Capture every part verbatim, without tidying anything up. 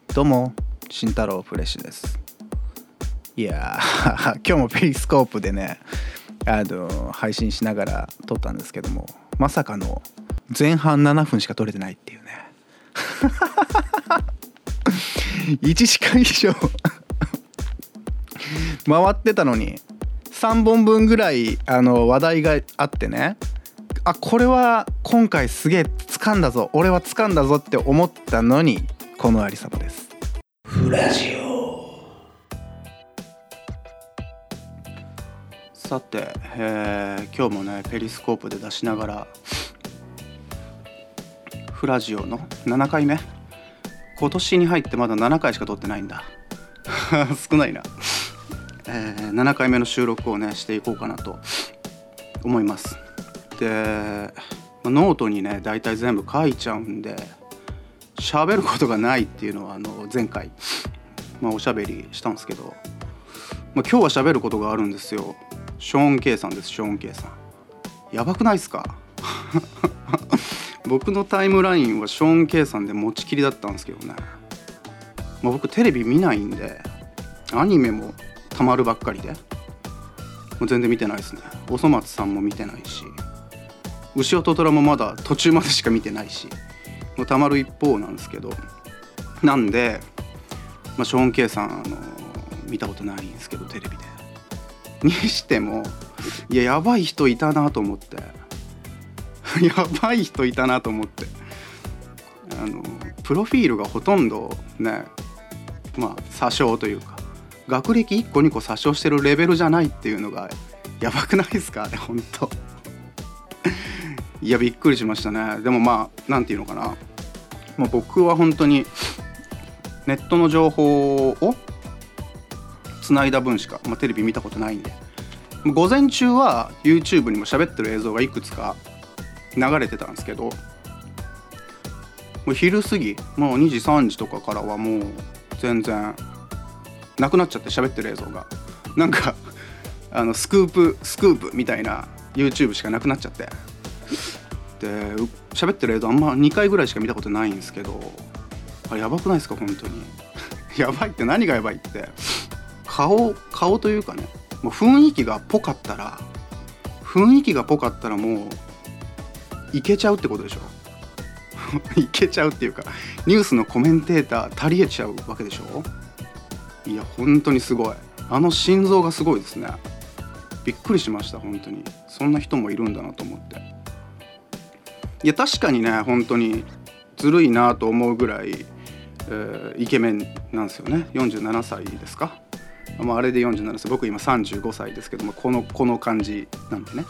どうも慎太郎フレッシュです。いやー今日もペリスコープでねあの配信しながら撮ったんですけども、まさかの前半ななふんしか撮れてないっていうねいちじかん以上回ってたのにさんぼんぶんぐらいあの話題があってね、あこれは今回すげえ掴んだぞ、俺は掴んだぞって思ったのにこのありさまです。フラジオ。さて、えー、今日もねペリスコープで出しながらフラジオのななかいめ、今年に入ってまだななかいしか撮ってないんだ少ないな、えー、ななかいめの収録をねしていこうかなと思います。でノートにねだいたい全部書いちゃうんで喋ることがないっていうのはあの前回、まあ、おしゃべりしたんですけど、まあ、今日は喋ることがあるんですよ。ショーン・ケイさんです。ショーン・ケイさんやばくないですか僕のタイムラインはショーン・ケイさんで持ちきりだったんですけどね、まあ、僕テレビ見ないんでアニメもたまるばっかりでもう全然見てないですね。おそ松さんも見てないし、牛尾トトラもまだ途中までしか見てないし、もうたまる一方なんですけど、なんで、まあ、ショーン・ケイさん、あの見たことないんですけどテレビでにしてもいややばい人いたなと思ってやばい人いたなと思ってあのプロフィールがほとんどね、まあ詐称というか学歴いっこにこ詐称してるレベルじゃないっていうのがやばくないですかね本当いやびっくりしましたね。でもまあなんていうのかな、まあ、僕は本当にネットの情報をつないだ分しか、まあ、テレビ見たことないんで、午前中は YouTube にも喋ってる映像がいくつか流れてたんですけど、もう昼過ぎもうにじさんじとかからはもう全然なくなっちゃって、喋ってる映像がなんかあのスクープスクープみたいな YouTube しかなくなっちゃって、で喋ってる映像あんまにかいぐらいしか見たことないんですけど、あれやばくないですか本当にやばいって何がやばいって顔顔というかね、もう雰囲気がぽかったら雰囲気がぽかったらもういけちゃうってことでしょいけちゃうっていうかニュースのコメンテーター足りえちゃうわけでしょ。いや本当にすごい、あの心臓がすごいですね。びっくりしました本当に、そんな人もいるんだなと思って。いや確かにね本当にずるいなと思うぐらい、えー、イケメンなんですよね。よんじゅうななさいですか、まあ、あれでよんじゅうななさい、僕今さんじゅうごさいですけども、このこの感じなんでね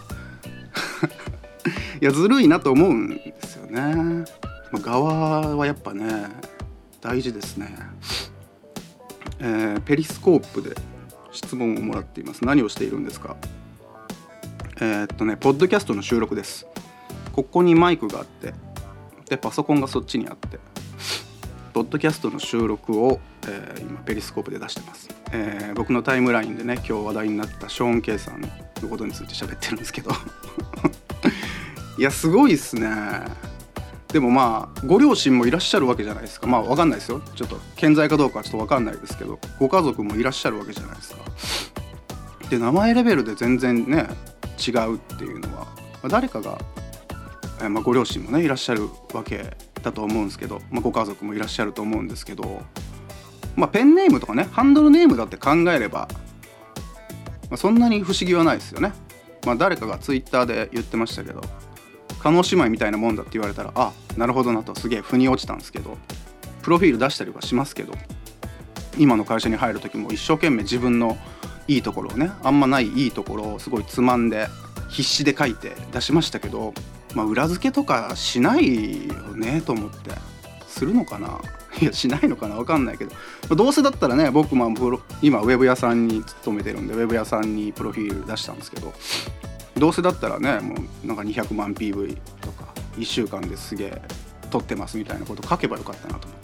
いやずるいなと思うんですよね、まあ、側はやっぱね大事ですね。えー、ペリスコープで質問をもらっています。何をしているんですか。えー、っとねポッドキャストの収録です。ここにマイクがあってでパソコンがそっちにあってポッドキャストの収録を、えー、今ペリスコープで出してます。えー、僕のタイムラインでね今日話題になったショーン・ケイさんのことについて喋ってるんですけどいやすごいっすね。でもまあご両親もいらっしゃるわけじゃないですか。まあわかんないですよ、ちょっと健在かどうかはちょっとわかんないですけど、ご家族もいらっしゃるわけじゃないですか。で名前レベルで全然ね違うっていうのは、まあ、誰かが、えーまあ、ご両親もねいらっしゃるわけだと思うんですけど、まあ、ご家族もいらっしゃると思うんですけど、まあ、ペンネームとかねハンドルネームだって考えれば、まあ、そんなに不思議はないですよね。まあ、誰かがツイッターで言ってましたけど、叶姉妹みたいなもんだって言われたらあなるほどなとすげえ腑に落ちたんですけど、プロフィール出したりはしますけど、今の会社に入る時も一生懸命自分のいいところをね、あんまないいいところをすごいつまんで必死で書いて出しましたけど、まあ、裏付けとかしないよねと思って。するのかな、いやしないのかな分かんないけど、どうせだったらね僕も今ウェブ屋さんに勤めてるんでウェブ屋さんにプロフィール出したんですけど、どうせだったらねもうなんかにひゃくまん ピーブイ とかいっしゅうかんですげえ撮ってますみたいなこと書けばよかったなと思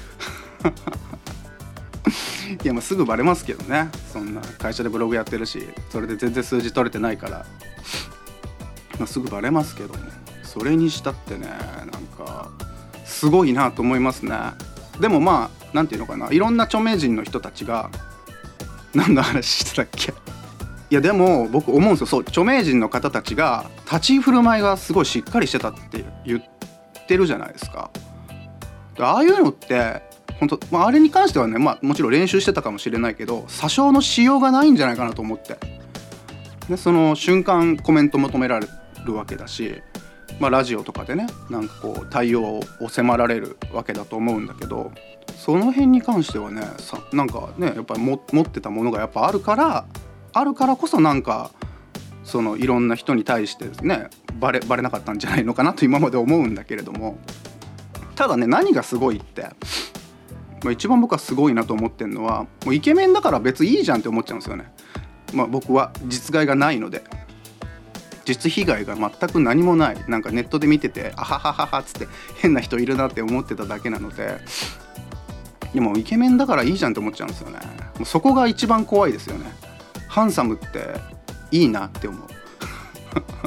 っていやまあすぐバレますけどね、そんな会社でブログやってるしそれで全然数字取れてないから、まあ、すぐバレますけども、それにしたってねなんかすごいなと思いますね。でもまあなんていうのかな、いろんな著名人の人たちが何の話してたっけ。いやでも僕思うんですよ。そう、著名人の方たちが立ち振る舞いがすごいしっかりしてたって言ってるじゃないですか。ああいうのって本当、まあ、あれに関してはね、まあ、もちろん練習してたかもしれないけど詐称のしようがないんじゃないかなと思って、でその瞬間コメント求められるわけだし、まあ、ラジオとかでねなんかこう対応を迫られるわけだと思うんだけど、その辺に関してはねさなんかねやっぱりも持ってたものがやっぱあるからあるからこそなんかそのいろんな人に対してですねバレバレなかったんじゃないのかなと今まで思うんだけれども、ただね何がすごいって、まあ、一番僕はすごいなと思ってるのはもうイケメンだから別にいいじゃんって思っちゃうんですよね。まあ、僕は実害がないので、実被害が全く何もない、なんかネットで見ててあははははっつって変な人いるなって思ってただけなので、でもイケメンだからいいじゃんって思っちゃうんですよね。もうそこが一番怖いですよね。ハンサムっていいなって思う